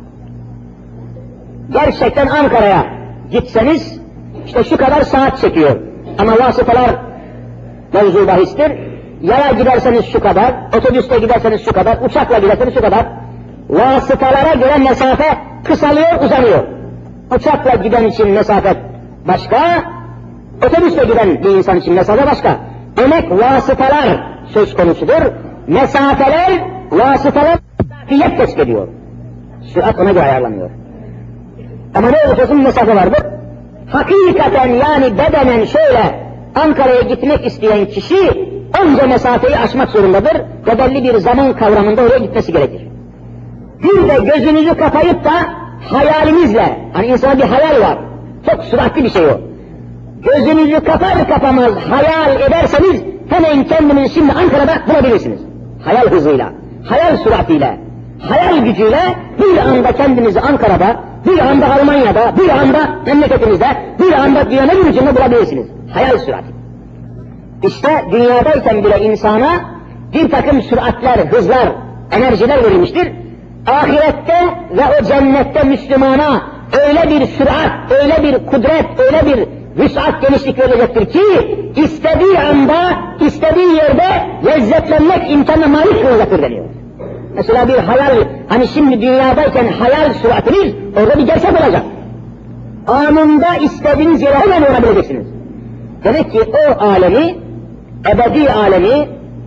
gerçekten Ankara'ya gitseniz işte şu kadar saat çekiyor. Ama vasıtalar mevzu bahistir. Yaya giderseniz şu kadar, otobüste giderseniz şu kadar, uçakla giderseniz şu kadar. Vasıtalara göre mesafe kısalıyor, uzanıyor. Uçakla giden için mesafe başka, otobüsle giden bir insan için mesafe başka. Demek vasıtalar söz konusudur. Mesafeler, vasıtalar mesafiyet tespit ediyor. Sürat ona göre ayarlanıyor. Ama ne olursa olsun mesafe vardır. Hakikaten yani bedenen şöyle Ankara'ya gitmek isteyen kişi önce mesafeyi aşmak zorundadır ve belli bir zaman kavramında oraya gitmesi gerekir. Bir de gözünüzü kapayıp da hayalinizle, hani insana bir hayal var, çok süratli bir şey o. Gözünüzü kapar kapamaz hayal ederseniz hemen kendinizi şimdi Ankara'da bulabilirsiniz. Hayal hızıyla, hayal süratiyle, hayal gücüyle bir anda kendinizi Ankara'da, bir anda Almanya'da, bir anda memleketinizde, bir anda dünyanın ucunda bulabilirsiniz. Hayal sürati. İşte dünyadayken bile insana bir takım süratler, hızlar, enerjiler verilmiştir. Ahirette ve o cennette Müslümana öyle bir sürat, öyle bir kudret, öyle bir vüsat genişlik verilecektir ki istediği anda, istediği yerde lezzetlenmek imkanına malik kılacaktır deniyor. Mesela bir hayal, hani şimdi dünyadayken hayal süratiniz orada bir gerçek olacak. Anında istediğiniz yere hemen uğrayabileceksiniz. Demek ki o alemi, ebedi alemi,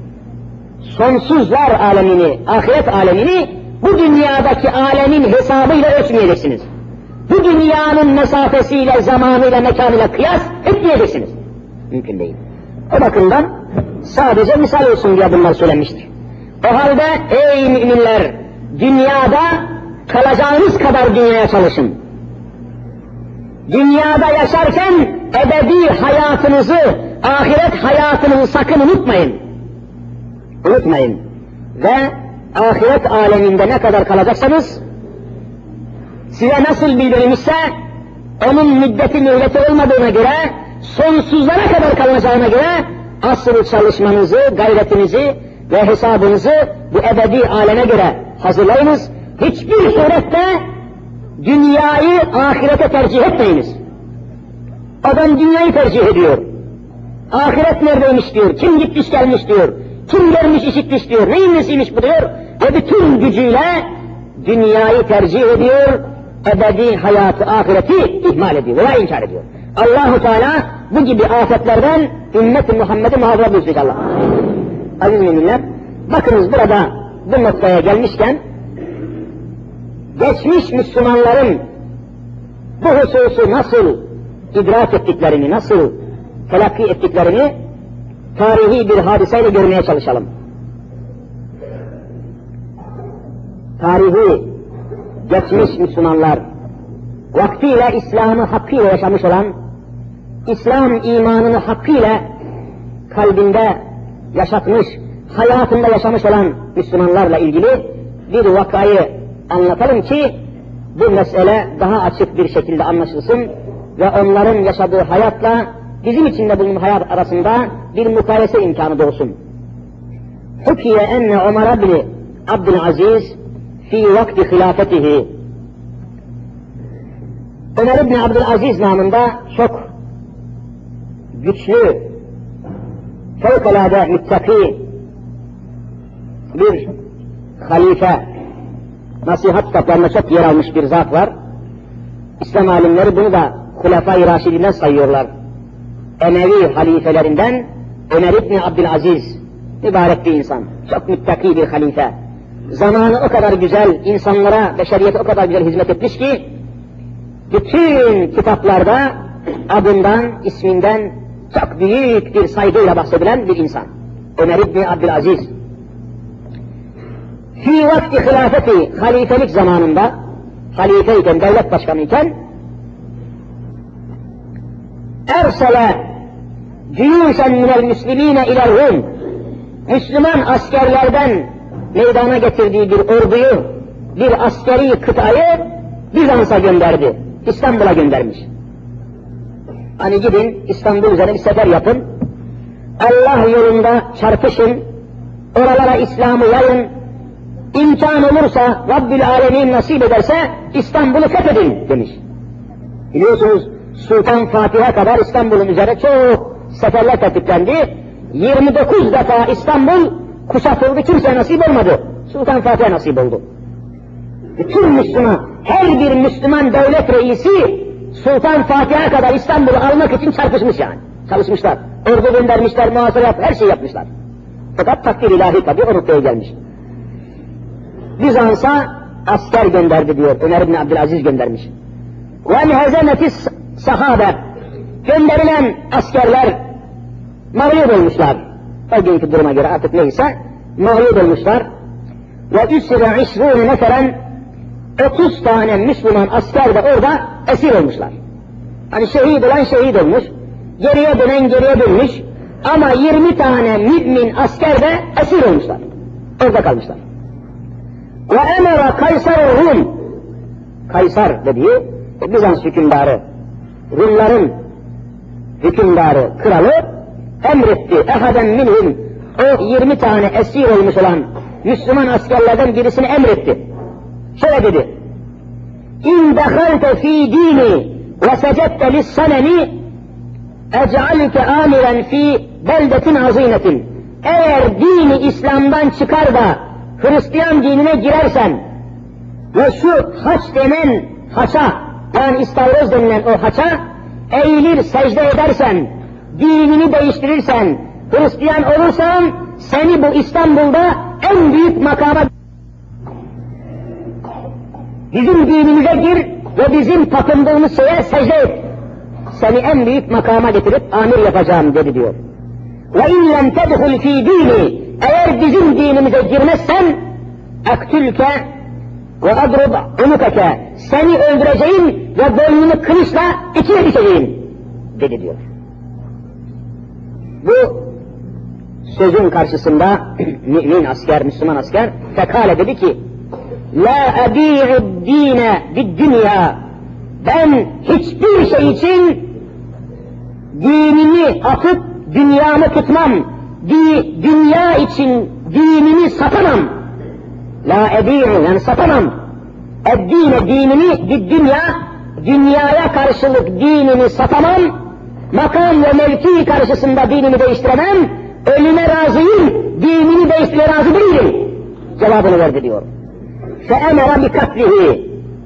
sonsuzlar alemini, ahiret alemini bu dünyadaki alemin hesabıyla ölçmeyeceksiniz. Bu dünyanın mesafesiyle, zamanıyla, mekanıyla kıyas etmeyeceksiniz. Mümkün değil. O bakımdan sadece misal olsun diye bunlar söylenmiştir. O halde ey müminler, dünyada kalacağınız kadar dünyaya çalışın. Dünyada yaşarken ebedi hayatınızı, ahiret hayatınızı sakın unutmayın. Unutmayın. Ve ahiret aleminde ne kadar kalacaksanız, size nasıl bildirilmişse, onun müddeti mühleti olmadığına göre, sonsuzlara kadar kalacağına göre, asıl çalışmanızı, gayretinizi ve hesabınızı bu ebedi aleme göre hazırlayınız. Hiçbir surette dünyayı ahirete tercih etmeyiniz. Adam dünyayı tercih ediyor. Ahiret neredeymiş diyor, kim gitmiş gelmiş diyor, kim görmüş işitmiş diyor, neyin nesiymiş bu diyor ve bütün gücüyle dünyayı tercih ediyor, ebedi hayatı, ahireti ihmal ediyor veya inkar ediyor. Allah-u Teala bu gibi afetlerden ümmet-i Muhammed'i muhafaza buyursun inşallah. Aziz müminler, bakınız burada bu noktaya gelmişken, geçmiş Müslümanların bu hususu nasıl idrak ettiklerini, nasıl telakki ettiklerini tarihi bir hadiseyle görmeye çalışalım. Tarihi geçmiş Müslümanlar, vaktiyle İslam'ı hakkıyla yaşamış olan, İslam imanını hakkıyla kalbinde yaşatmış, hayatında yaşamış olan Müslümanlarla ilgili bir vakayı anlatalım ki bu mesele daha açık bir şekilde anlaşılsın ve onların yaşadığı hayatla bizim içinde bulunan hayat arasında bir mukayese imkanı doğsun. Hukiye enne Ömer ibn Abdülaziz fi vakti hilafetihi. Ömer ibn Abdülaziz namında çok güçlü, fevkalade müttaki bir halife, nasihat kitaplarında çok yer almış bir zat var. İslam alimleri bunu da Hulefai Raşidinden sayıyorlar. Emevi halifelerinden Ömer ibn Abdülaziz, mübarek bir insan, çok müttaki bir halife. Zamanı o kadar güzel, insanlara, beşeriyete o kadar güzel hizmet etmiş ki, bütün kitaplarda adından, isminden çok büyük bir saygıyla bahsedilen bir insan. Ömer ibn Abdülaziz. Fi vakti hilafeti, halifelik zamanında, halifeyken, devlet başkanıyken, ersele cuyuşen minel müslimine iler Rum, Müslüman askerlerden meydana getirdiği bir orduyu, bir askeri kıtayı Bizans'a gönderdi. İstanbul'a göndermiş. Hani gidin İstanbul üzerine bir sefer yapın, Allah yolunda çarpışın, oralara İslam'ı yayın, imkan olursa Rabbül Alemin nasip ederse İstanbul'u fethedin demiş. Biliyorsunuz Sultan Fatih'e kadar İstanbul'un üzerine çok seferler tertiplendi. yirmi dokuz defa İstanbul kuşatıldı, kimseye nasip olmadı. Sultan Fatih'e nasip oldu. Bütün Müslüman, her bir Müslüman devlet reisi Sultan Fatih'e kadar İstanbul'u almak için çarpışmış yani. Çalışmışlar. Ordu göndermişler, muhasara yap, her şey yapmışlar. Fakat takdir ilahi tabi o noktaya gelmiş. Bizans'a asker gönderdi diyor. Ömer ibn Abdülaziz göndermiş. Ve hezemetis sahabe, gönderilen askerler mağlup olmuşlar. O günkü duruma göre artık neyse mağlup olmuşlar. Ve üsre işrûne neferen, otuz tane Müslüman asker de orada esir olmuşlar. Hani şehit olan şehit olmuş, geriye dönen geriye dönmüş ama yirmi tane mümin asker de esir olmuşlar. Orada kalmışlar. Ve emara Kaysar Rum, Kaysar dediği Bizans hükümdarı, Rumların hükümdarı, kralı emretti. Ehaden minhum, o yirmi tane esir olmuş olan Müslüman askerlerden birisini emretti. Şöyle dedi: İn dehalte fi dini ve secette lissanemi ec'alike amiren fi beldetin azinetin. Eğer dini İslam'dan çıkar da Hristiyan dinine girersen ve şu haç denen haça, yani istavroz denilen o haça eğilir secde edersen, dinini değiştirirsen, Hristiyan olursan seni bu İstanbul'da en büyük makama, bizim dinimize gir ve bizim tapındığımız şeye secde et, seni en büyük makama getirip amir yapacağım dedi diyor. Ve in lem tedhul fi dini, eğer bizim dinimize girmezsen aktülke, ve adrub unukake, seni öldüreceğim ve boynunu kılıçla ikiye düşeceğim dedi diyor. Bu sözün karşısında mümin asker, Müslüman asker fekale dedi ki la ebi'ud dine bid dünya, ben hiçbir şey için dinimi atıp dünyamı tutmam, Di, dünya için dinimi satamam. La ebi'u, yani satamam. Eddine, dinimi bid dünya, dünyaya karşılık dinimi satamam, makam ve mevki karşısında dinimi değiştiremem, ölüme razıyım, dinimi değiştirmeye razı değilim cevabını verdi diyor. Fe'emera bi katlihi,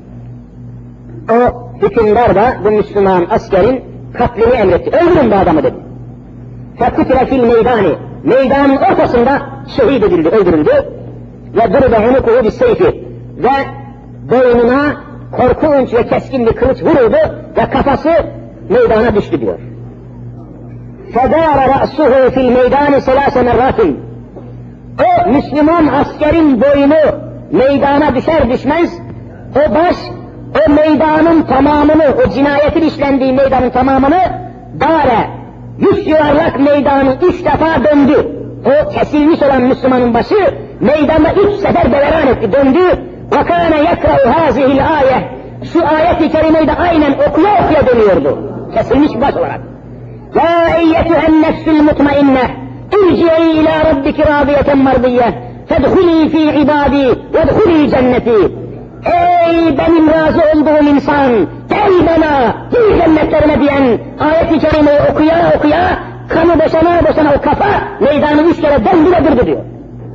o hükümdar da bu Müslüman askerin katlini emretti. Öldürün bu adamı dedi. Fekutile fil meydani, meydanın ortasında şehit edildi, öldürüldü. Ve durbe unukuhu bis seyfi, ve boynuna korkunç ve keskin bir kılıç vuruldu ve kafası meydana düştü diyor. فَدَارَ رَأْسُهُ فِي الْمَيْدَانِ سَلَاسَ مَرَّاتٍ, o Müslüman askerin boynu meydana düşer düşmez, o baş, o meydanın tamamını, o cinayetin işlendiği meydanın tamamını dare, yüz yuvarlak meydanı üç defa döndü. O kesilmiş olan Müslümanın başı meydanda üç sefer beleran etti, döndü. وَكَانَ يَكْرَوْ هَذِهِ الْآيَةِ, şu ayet-i kerimeyi de aynen okuya okuya dönüyordu, kesilmiş baş olarak. يَا اَيَّتُهَا النَّفْسُ الْمُطْمَئِنَّةِ اِرْجِعِي اِلَى رَبِّكِ رَاضِيَةً مَرْضِيَّةً فَادْخُلِي ف۪ي عِبَادِي وَادْخُلِي جَنَّتِي. Ey benim razı olduğum insan, gel bana, gel cennetlerime diyen ayet-i kerimeyi okuya okuya, kanı boşana boşana o kafa meydanı üç kere döndü ve durdu diyor.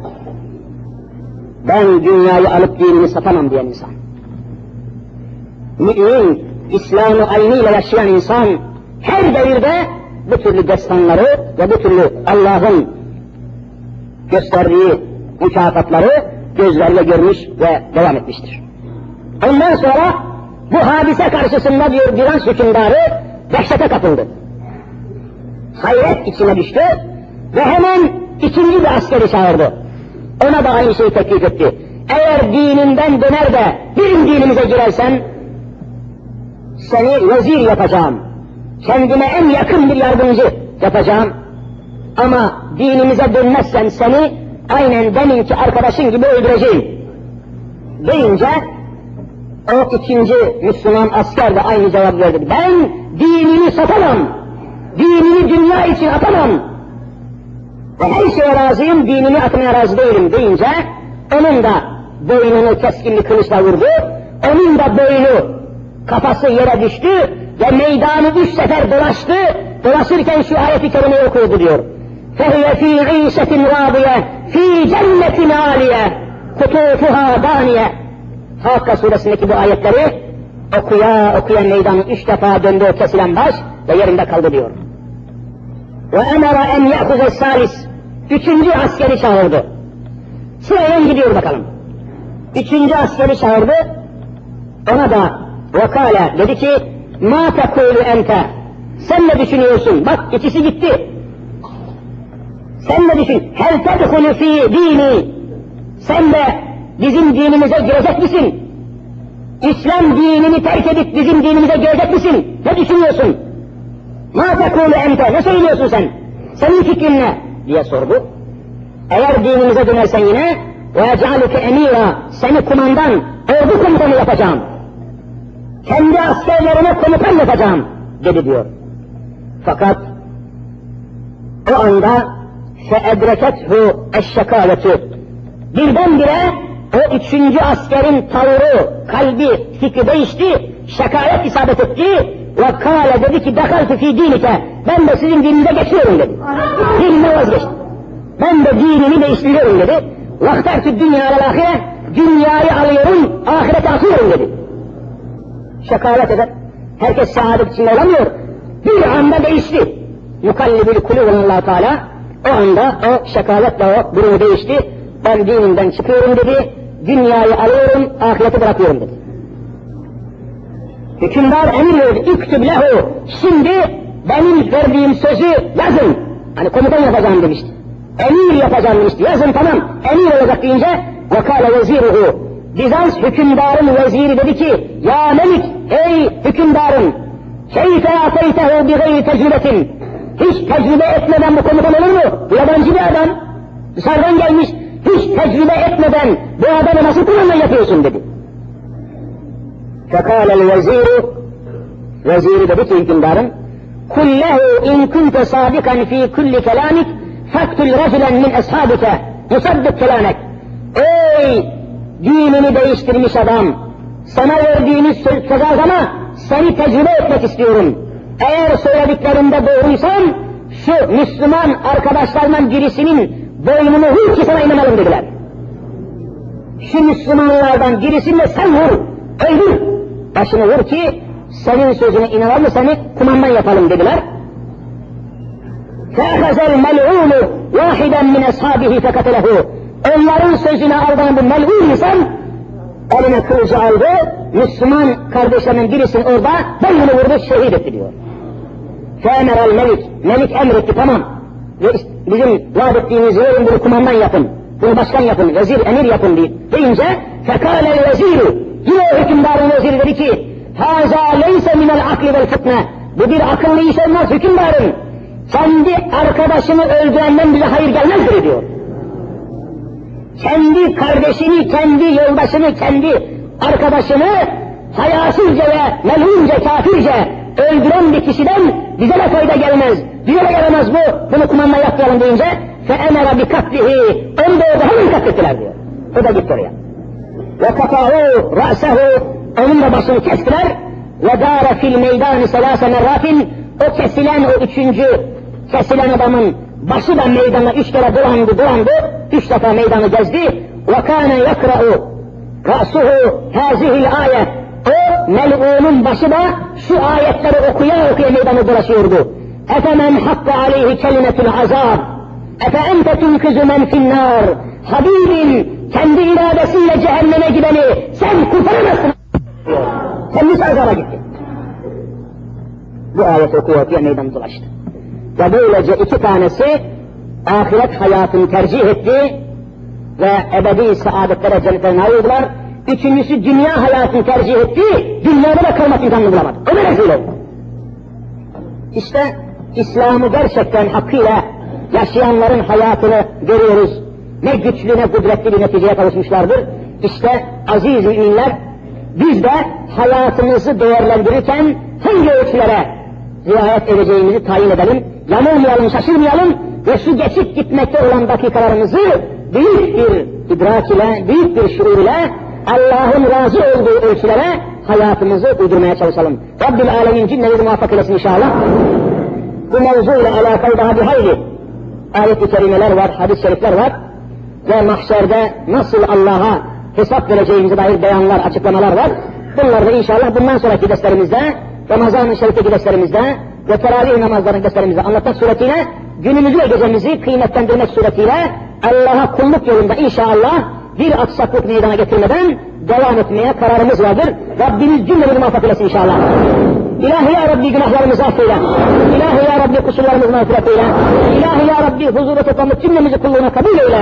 Ben dünyayı alıp dinimi satamam diyen insan. Mümin, İslam'ı aynıyla yaşayan insan, her devirde bu türlü destanları ve bu türlü Allah'ın gösterdiği mükafatları gözlerle görmüş ve devam etmiştir. Ondan sonra bu hadise karşısında diyor Birans hükümdarı dehşete kapıldı. Hayret içine düştü ve hemen ikinci bir askeri çağırdı. Ona da aynı şeyi teklif etti. Eğer dininden döner de bizim dinimize girersen seni vezir yapacağım. Kendime en yakın bir yardımcı yapacağım. Ama dinimize dönmezsen seni aynen deminki arkadaşın gibi öldüreceğim deyince o ikinci Müslüman asker de aynı cevap verdi. Ben dinimi satamam, dinimi dünya için atamam ve her şeye razıyım, dinimi atmaya razı değilim deyince onun da boynunu keskin bir kılıçla vurdu, onun da boynu, kafası yere düştü ve meydanı üç sefer dolaştı, dolaşırken şu ayet-i kerimeyi okuyordu diyor. فَهِيَ ف۪ي عِيشَةٍ رَاضِيَةٍ ف۪ي جَنَّةٍ عَالِيَةٍ كُتُوفُهَا دَانِيَةٍ. Hakka suresindeki bu ayetleri okuya okuya meydanı üç defa döndü o kesilen baş ve yerinde kaldı diyor. وَاَمَرَ اَنْ يَأْخُزَ السَّالِسِ, üçüncü askeri çağırdı. Sıraya gidiyor bakalım. Üçüncü askeri çağırdı, ona da وَكَالَ dedi ki مَا تَقُولُ اَنْتَ, sen ne düşünüyorsun? Bak ikisi gitti. Sen ne düşün? هَلْ تَدْخُلُ ف۪ي دِينِ, sen de bizim dinimize girecek misin? İslam dinini terk edip bizim dinimize girecek misin? Ne düşünüyorsun? مَا تَقُولُ اَنْتَ, ne söylüyorsun sen? Senin fikrin ne? diye sordu. Eğer dinimize dönersen yine وَيَجْعَلُكَ اَم۪يرًا, seni kumandan, ordu komutanı yapacağım. Kendi askerlerine komutan yapacağım dedi diyor. Fakat o anda فَاَدْرَكَتْهُ اَشَّكَالَةُ, birdenbire o üçüncü askerin tavırı, kalbi, fikri değişti, şakalet isabet etti ve kâle dedi ki dekaltü fî dinike, ben de sizin dininize geçiyorum dedi. Dinime vazgeçtim. Ben de dinimi değiştiriyorum dedi. وَاخْتَرْتُ dünya alâhire, dünyayı alıyorum, ahirete atıyorum dedi. Şakalet eder. Herkes saadet içinde olamıyor. Bir anda değişti. Mukallibül kulûb olan Allah Teala o anda o şakaletle o durumu değişti. Ben dinimden çıkıyorum dedi. Dünyayı alıyorum, ahireti bırakıyorum dedi. Hükümdar emir verdi. İktüb lehu, şimdi benim verdiğim sözü yazın. Hani komutan yapacağım demişti. Emir yapacağım demişti. Yazın tamam. Emir olacak deyince وَكَالَ وَزِيرُهُ, Bizans hükümdarın veziri dedi ki, ya Melik, ey hükümdarım, keyfe ateytehu bi gayri tecrübetin, hiç tecrübe etmeden bu komutan olur mu? Bu yabancı bir adam, dışarıdan gelmiş, hiç tecrübe etmeden bu adamı nasıl kullanma yapıyorsun dedi. Fekâlel veziru, veziri dedi ki hükümdarım, kullehu in kunte sadikan fi kulli kelamik, faktul raculen min ashabike, yusaddık kelamek. Ey dinini değiştirmiş adam, sana verdiğiniz söz kazaz ama seni tecrübe etmek istiyorum. Eğer söylediklerinde doğruysan, şu Müslüman arkadaşlarından birisinin boynunu vur ki sana inanalım dediler. Şu Müslümanlardan birisini sen vur, öldür, başını vur ki senin sözüne inanalım, seni kumandan yapalım dediler. فَاَخَزَ الْمَلْعُونُ وَاحِدًا مِنْ أَصْحَابِهِ فَكَتَلَهُ. Onların sözüne aldan bu mel'un insan eline kılıcı aldı, Müslüman kardeşlerinin birisini orada boynunu vurdu, şehit etti diyor. فَاَمَرَ الْمَلِكِ, Melik emretti, tamam. Ve bizim vaat ettiğimiz yerin bunu kumandan yapın, bunu başkan yapın, vezir, emir yapın deyince فَكَالَ الْوَزِيرُ, yine o hükümdarın veziri dedi ki هَذَا لَيْسَ مِنَ الْعَقْلِ وَالْفِتْنَةِ. Bu bir akıllı iş olmaz hükümdarın. Kendi arkadaşını öldürenden bize hayır gelmezdir diyor. Kendi kardeşini, kendi yoldaşını, kendi arkadaşını hayasızca ve melunca, kafirce öldüren bir kişiden bize de fayda gelmez. Bize de yaramaz bu, bunu kumandan yapmayalım deyince فَاَمَرَ بِكَتْلِهِ. Onu da orada hemen katlettiler diyor. O da gitti oraya. وَكَفَعُوا رَأْسَهُ. Onun da başını kestiler. وَدَارَ فِي الْمَيْدَانِ سَلَاسَ مَرَّاتٍ. O kesilen, o üçüncü kesilen adamın başı da meydana üç kere dolandı, dolandı. Üç defa meydanı gezdi. وَكَانَ يَقْرَأُ رَأْسُهُ هَذِهِ الْآيَةِ. O mel'unun başı da şu ayetleri okuya okuya meydanı dolaşıyordu. اَفَمَنْ حَقَّ عَلَيْهِ كَلِمَةُ الْعَذَابِ اَفَاَنْتَ تُنْكِزُ مَنْ فِي النَّارِ. Habibim, kendi iradesiyle cehenneme gideni sen kurtaramazsın. Kendisi azaba gitti. Bu ayet okuya okuya meydanı dolaştı. Ve böylece iki tanesi ahiret hayatını tercih etti ve ebedi saadetlere, cennetlere nail oldular. Üçüncüsü dünya hayatını tercih etti, dünyada da kalmak imkanını bulamadı. O da rezil oldu. İşte İslam'ı gerçekten hakkıyla yaşayanların hayatını görüyoruz. Ne güçlü ne kudretli bir neticeye kavuşmuşlardır. İşte aziz müminler, biz de hayatımızı değerlendirirken hangi ölçülere riayet edeceğimizi tayin edelim. Yanılmayalım, şaşırmayalım ve şu geçip gitmekte olan dakikalarımızı büyük bir idrak ile, büyük bir şuur ile Allah'ın razı olduğu ölçülere hayatımızı uydurmaya çalışalım. Rabbül Alemin cümlemizi muvaffak eylesin inşallah. Bu mevzuyla alakalı daha bir hayli ayet-i kerimeler var, hadis-i şerifler var ve mahşerde nasıl Allah'a hesap vereceğimize dair beyanlar, açıklamalar var. Bunlar da inşallah bundan sonraki derslerimizde, Ramazan-ı Şerif'teki derslerimizde ve teravih namazlarının derslerimizde anlatmak suretiyle günümüzü ve gecemizi kıymetlendirmek suretiyle Allah'a kulluk yolunda inşallah bir aksaklık meydana getirmeden devam etmeye kararımız vardır. Rabbimiz cümlemizi muvaffak eylesin inşallah. İlahi ya Rabbi günahlarımızı affeyle. İlahi ya Rabbi kusurlarımızı mağfiret eyle. İlahi ya Rabbi huzura toplanıp cümlemizi kulluğuna kabul eyle.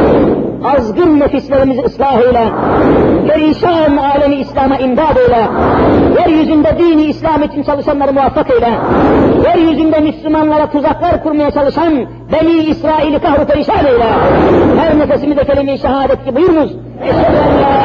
Azgın nefislerimizi ıslah eyle. Perişan alemi İslam'a imdad eyle. Yeryüzünde dini İslam için çalışanları muvaffak eyle. Yeryüzünde Müslümanlara tuzaklar kurmaya çalışan Beni İsrail'i kahru perişan eyle. Her nefesimizde kelime-i şehadet ki buyurunuz. Eşhedü en la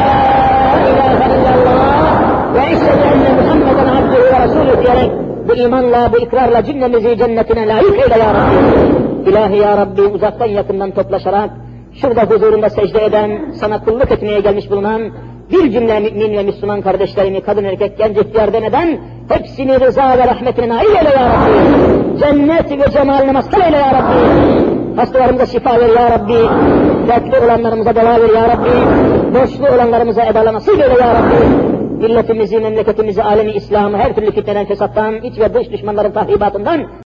ilahe illallah ve eşhedü enne Muhammeden abdühü ve resulü diyerek bu imanla, bu ikrarla cümlemizi cennetine layık eyle ya Rabbi. İlahi ya Rabbi uzaktan yakından toplaşarak şurada huzurunda secde eden, sana kulluk etmeye gelmiş bulunan bir cümle mümin ve Müslüman kardeşlerimi, kadın erkek, genç ihtiyar demeden hepsini rıza ve rahmetine nail eyle ya Rabbi. Cennet ve cemaline mazhar eyle ya Rabbi. Hastalarımıza şifa ver ya Rabbi. Dertli olanlarımıza deva ver ya Rabbi. Borçlu olanlarımıza edala nasip eyle ya Rabbi. Milletimizi, memleketimizi, alemi İslam'ı her türlü fitneden, fesattan, iç ve dış düşmanların tahribatından